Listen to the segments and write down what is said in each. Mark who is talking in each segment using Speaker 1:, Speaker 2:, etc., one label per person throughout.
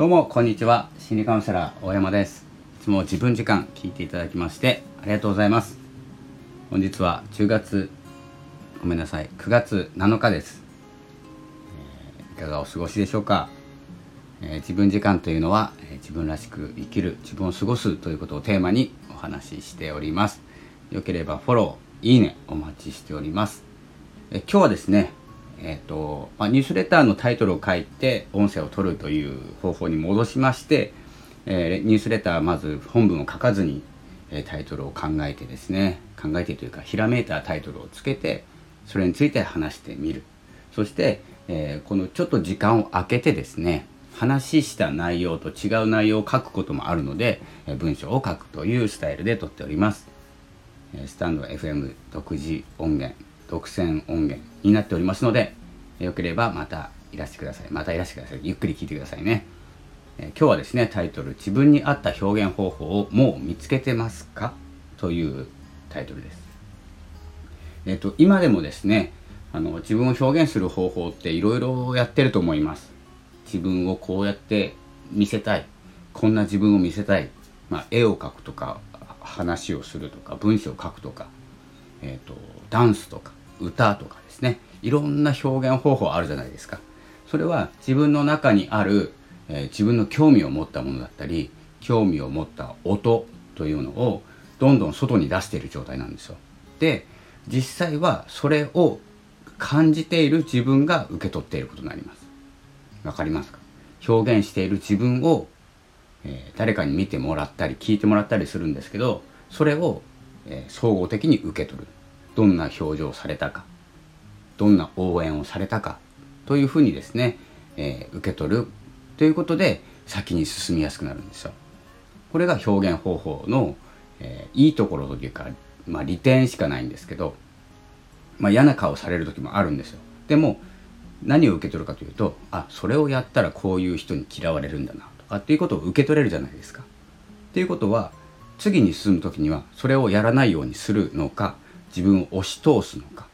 Speaker 1: どうもこんにちは、心理カウンセラー大山です。いつも自分時間聞いていただきましてありがとうございます。本日は9月7日です。いかがお過ごしでしょうか。自分時間というのは、自分らしく生きる、自分を過ごすということをテーマにお話ししております。よければフォロー、いいねお待ちしております。今日はですね、ニュースレターのタイトルを書いて音声を取るという方法に戻しまして、ニュースレターまず本文を書かずに、タイトルを考えてですね、というかひらめいたタイトルをつけて、それについて話してみる。そして、このちょっと時間を空けてですね、話した内容と違う内容を書くこともあるので、文章を書くというスタイルで撮っております。スタンド FM 独占音源になっておりますので、よければまたいらしてください。ゆっくり聞いてくださいね。今日はですね、タイトル、自分に合った表現方法をもう見つけてますかというタイトルです。今でもですね、自分を表現する方法っていろいろやってると思います。自分をこうやって見せたい、こんな自分を見せたい、絵を描くとか話をするとか文章を書くとか、ダンスとか歌とかですね、いろんな表現方法あるじゃないですか。それは自分の中にある、自分の興味を持ったものだったり、興味を持った音というのをどんどん外に出している状態なんですよ。で、実際はそれを感じている自分が受け取っていることになります。わかりますか？表現している自分を、誰かに見てもらったり聞いてもらったりするんですけど、それを、総合的に受け取る。どんな表情をされたか、どんな応援をされたかというふうにですね、受け取るということで先に進みやすくなるんですよ。これが表現方法の、いいところというか、利点しかないんですけど、嫌な顔される時もあるんですよ。でも何を受け取るかというと、それをやったらこういう人に嫌われるんだなとかっていうことを受け取れるじゃないですか。っていうことは、次に進む時にはそれをやらないようにするのか、自分を押し通すのか、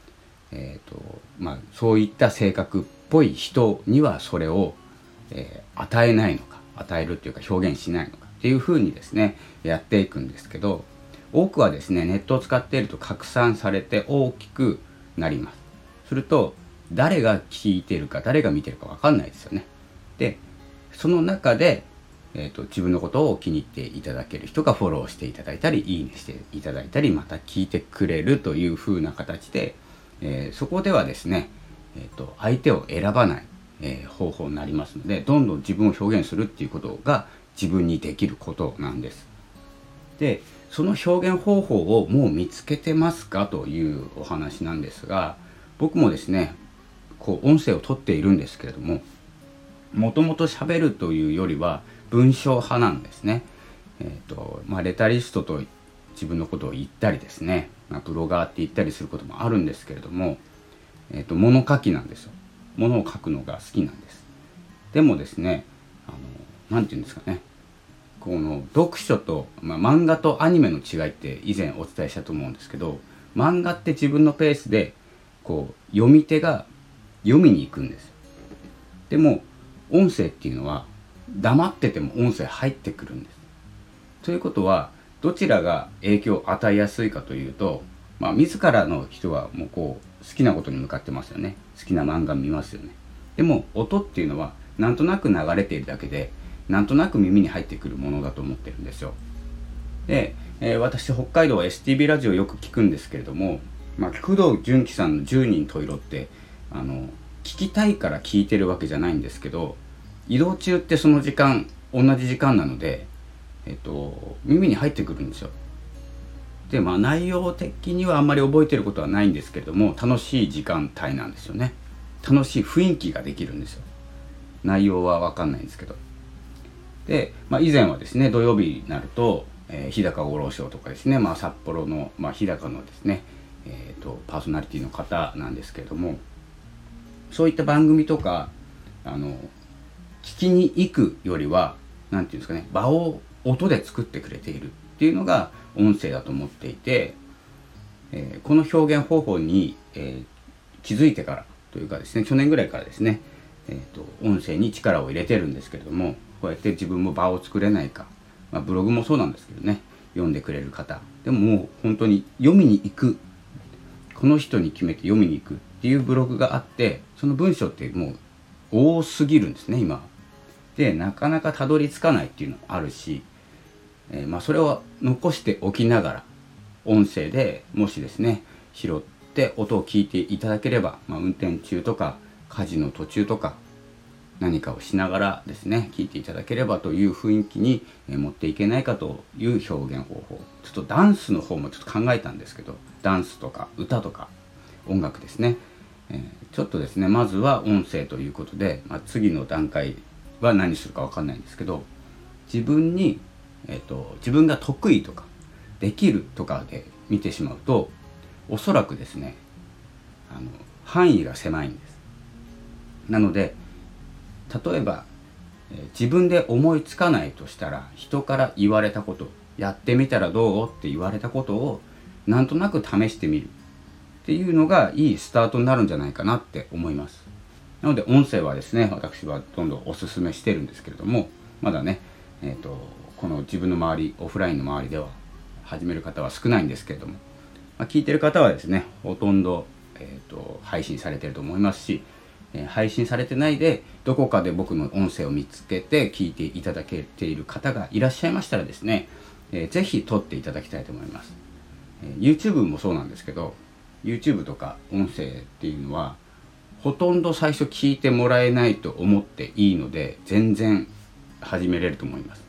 Speaker 1: そういった性格っぽい人にはそれを、与えないのか、与えるっていうか表現しないのかっていうふうにですね、やっていくんですけど、多くはですね、ネットを使っていると拡散されて大きくなります。すると誰が聞いているか誰が見ているか分かんないですよね。で、その中で、自分のことを気に入っていただける人がフォローしていただいたり、いいねしていただいたり、また聞いてくれるという風な形で、そこではですね、相手を選ばない、方法になりますので、どんどん自分を表現するっていうことが自分にできることなんです。で、その表現方法をもう見つけてますかというお話なんですが、僕もですね、音声を取っているんですけれども、もともと喋るというよりは文章派なんですね。レタリストと自分のことを言ったりですね、ブロガーって言ったりすることもあるんですけれども、物書きなんですよ。物を書くのが好きなんです。でもですね、なんていうんですかね、この読書と、漫画とアニメの違いって以前お伝えしたと思うんですけど、漫画って自分のペースで読み手が読みに行くんです。でも音声っていうのは黙ってても音声入ってくるんです。ということは、どちらが影響を与えやすいかというと、自らの人はもう好きなことに向かってますよね。好きな漫画見ますよね。でも音っていうのはなんとなく流れているだけで、なんとなく耳に入ってくるものだと思ってるんですよ。で、私北海道 STB ラジオよく聞くんですけれども、工藤純喜さんの10人十色って聞きたいから聞いてるわけじゃないんですけど、移動中ってその時間同じ時間なので、耳に入ってくるんですよ。で、内容的にはあんまり覚えてることはないんですけれども、楽しい時間帯なんですよね。楽しい雰囲気ができるんですよ。内容は分かんないんですけど。で、以前はですね、土曜日になると、日高五郎賞とかですね、札幌の、日高のですね、パーソナリティの方なんですけれども、そういった番組とか聞きに行くよりは、なんていうんですかね、場を音で作ってくれているっていうのが音声だと思っていて、この表現方法に、気づいてからというかですね、去年ぐらいからですね、 音声に力を入れてるんですけれども、こうやって自分も場を作れないか、ブログもそうなんですけどね、読んでくれる方でももう本当に読みに行く、この人に決めて読みに行くっていうブログがあって、その文章ってもう多すぎるんですね今で。なかなかたどり着かないっていうのもあるし、それを残しておきながら音声でもしですね拾って音を聞いていただければ、運転中とか家事の途中とか何かをしながらですね聞いていただければという雰囲気に持っていけないかという表現方法。ちょっとダンスの方もちょっと考えたんですけど、ダンスとか歌とか音楽ですね、ちょっとですねまずは音声ということで、次の段階は何するか分かんないんですけど、自分に、自分が得意とかできるとかで見てしまうと、おそらくですね範囲が狭いんです。なので例えば、自分で思いつかないとしたら、人から言われたこと、やってみたらどうって言われたことをなんとなく試してみるっていうのがいいスタートになるんじゃないかなって思います。なので音声はですね私はどんどんおすすめしてるんですけれども、まだね、この自分の周り、オフラインの周りでは始める方は少ないんですけれども、聞いてる方はですねほとんど、配信されてると思いますし、配信されてないでどこかで僕の音声を見つけて聞いていただけている方がいらっしゃいましたらですね、ぜひ撮っていただきたいと思います。YouTube もそうなんですけど、 YouTube とか音声っていうのはほとんど最初聞いてもらえないと思っていいので、全然始めれると思います。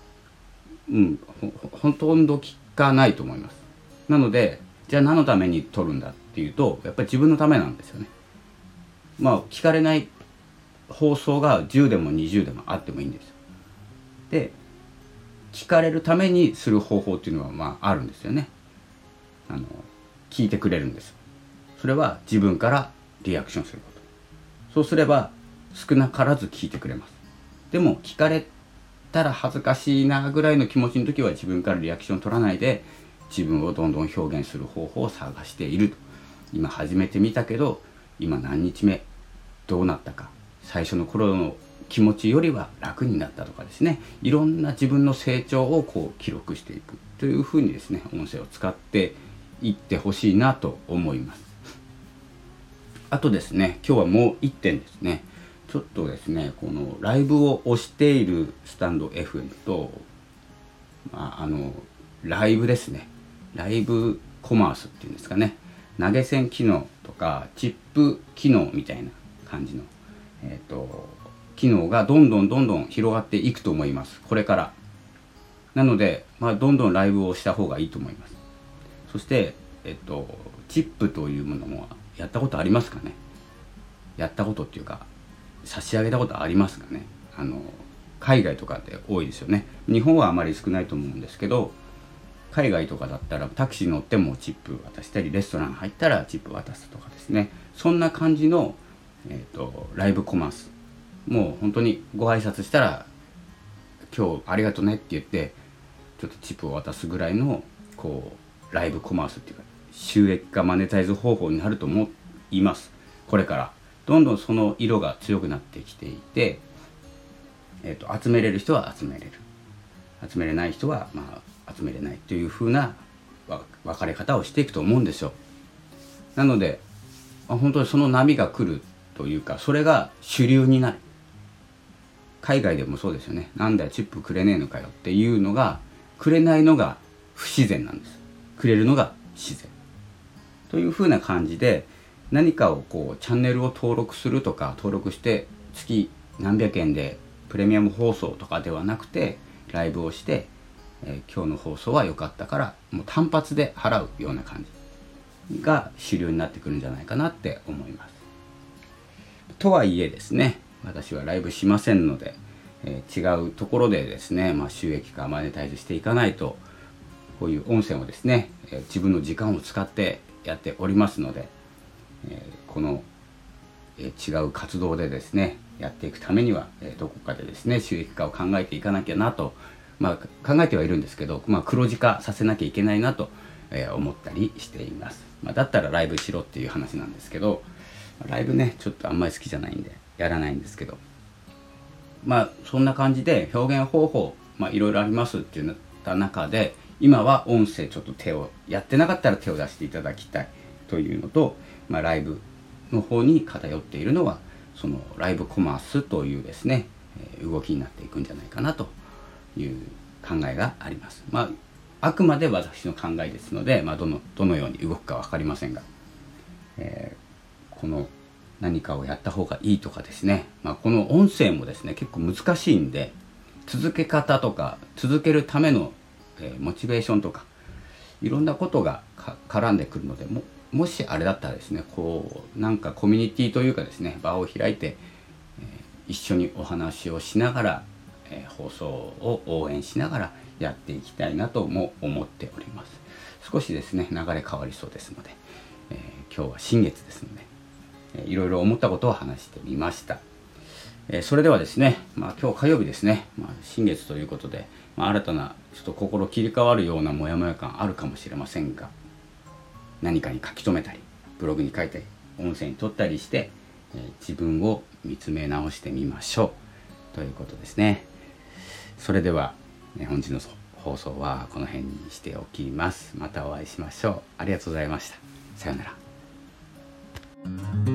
Speaker 1: ほとんど聞かないと思います。なのでじゃあ何のために撮るんだっていうと、やっぱり自分のためなんですよね。聞かれない放送が10でも20でもあってもいいんですよ。で聞かれるためにする方法っていうのはあるんですよね。聞いてくれるんです。それは自分からリアクションすること。そうすれば少なからず聞いてくれます。でも聞かれたら恥ずかしいなぐらいの気持ちの時は自分からリアクション取らないで、自分をどんどん表現する方法を探していると。今始めてみたけど今何日目どうなったか、最初の頃の気持ちよりは楽になったとかですね、いろんな自分の成長を記録していくというふうにですね音声を使っていってほしいなと思います。あとですね今日はもう一点ですね、ちょっとですねこのライブを推しているスタンド FM と、ライブですね、ライブコマースっていうんですかね、投げ銭機能とかチップ機能みたいな感じの、機能がどんどん広がっていくと思います、これから。なので、どんどんライブをした方がいいと思います。そして、チップというものもやったことありますかね。やったことっていうか差し上げたことありますかね。海外とかって多いですよね。日本はあまり少ないと思うんですけど、海外とかだったらタクシー乗ってもチップ渡したり、レストラン入ったらチップ渡すとかですね、そんな感じの、ライブコマース、もう本当にご挨拶したら今日ありがとうねって言ってちょっとチップを渡すぐらいのライブコマースっていうか収益化マネタイズ方法になると思います。これからどんどんその色が強くなってきていて、集めれる人は集めれる、集めれない人は集めれないという風な分かれ方をしていくと思うんですよ。なので本当にその波が来るというか、それが主流になる。海外でもそうですよね。なんだよチップくれねえのかよっていうのが、くれないのが不自然なんです。くれるのが自然という風な感じで、何かをチャンネルを登録するとか、登録して月何百円でプレミアム放送とかではなくて、ライブをして、今日の放送は良かったからもう単発で払うような感じが主流になってくるんじゃないかなって思います。とはいえですね、私はライブしませんので、違うところでですね、収益化マネタイズしていかないと、こういう音声をですね、自分の時間を使ってやっておりますので、この、違う活動でですねやっていくためには、どこかでですね収益化を考えていかなきゃなと、考えてはいるんですけど、黒字化させなきゃいけないなと、思ったりしています。だったらライブしろっていう話なんですけど、ライブねちょっとあんまり好きじゃないんで、 やらないんですけど、そんな感じで表現方法いろいろありますって言った中で、今は音声ちょっとやってなかったら手を出していただきたいというのと、ライブの方に偏っているのはそのライブコマースというですね、動きになっていくんじゃないかなという考えがあります。あくまで私の考えですので、どのように動くか分かりませんが、この何かをやった方がいいとかですね、この音声もですね結構難しいんで、続け方とか続けるための、モチベーションとかいろんなことが絡んでくるので、もしあれだったらですね、なんかコミュニティというかですね、場を開いて、一緒にお話をしながら、放送を応援しながらやっていきたいなとも思っております。少しですね流れ変わりそうですので、今日は新月ですので、いろいろ思ったことを話してみました。それではですね、今日火曜日ですね、新月ということで、新たなちょっと心切り替わるようなモヤモヤ感あるかもしれませんが、何かに書き留めたりブログに書いたり音声に撮ったりして、自分を見つめ直してみましょうということですね。それでは、本日の放送はこの辺にしておきます。またお会いしましょう。ありがとうございました。さようなら。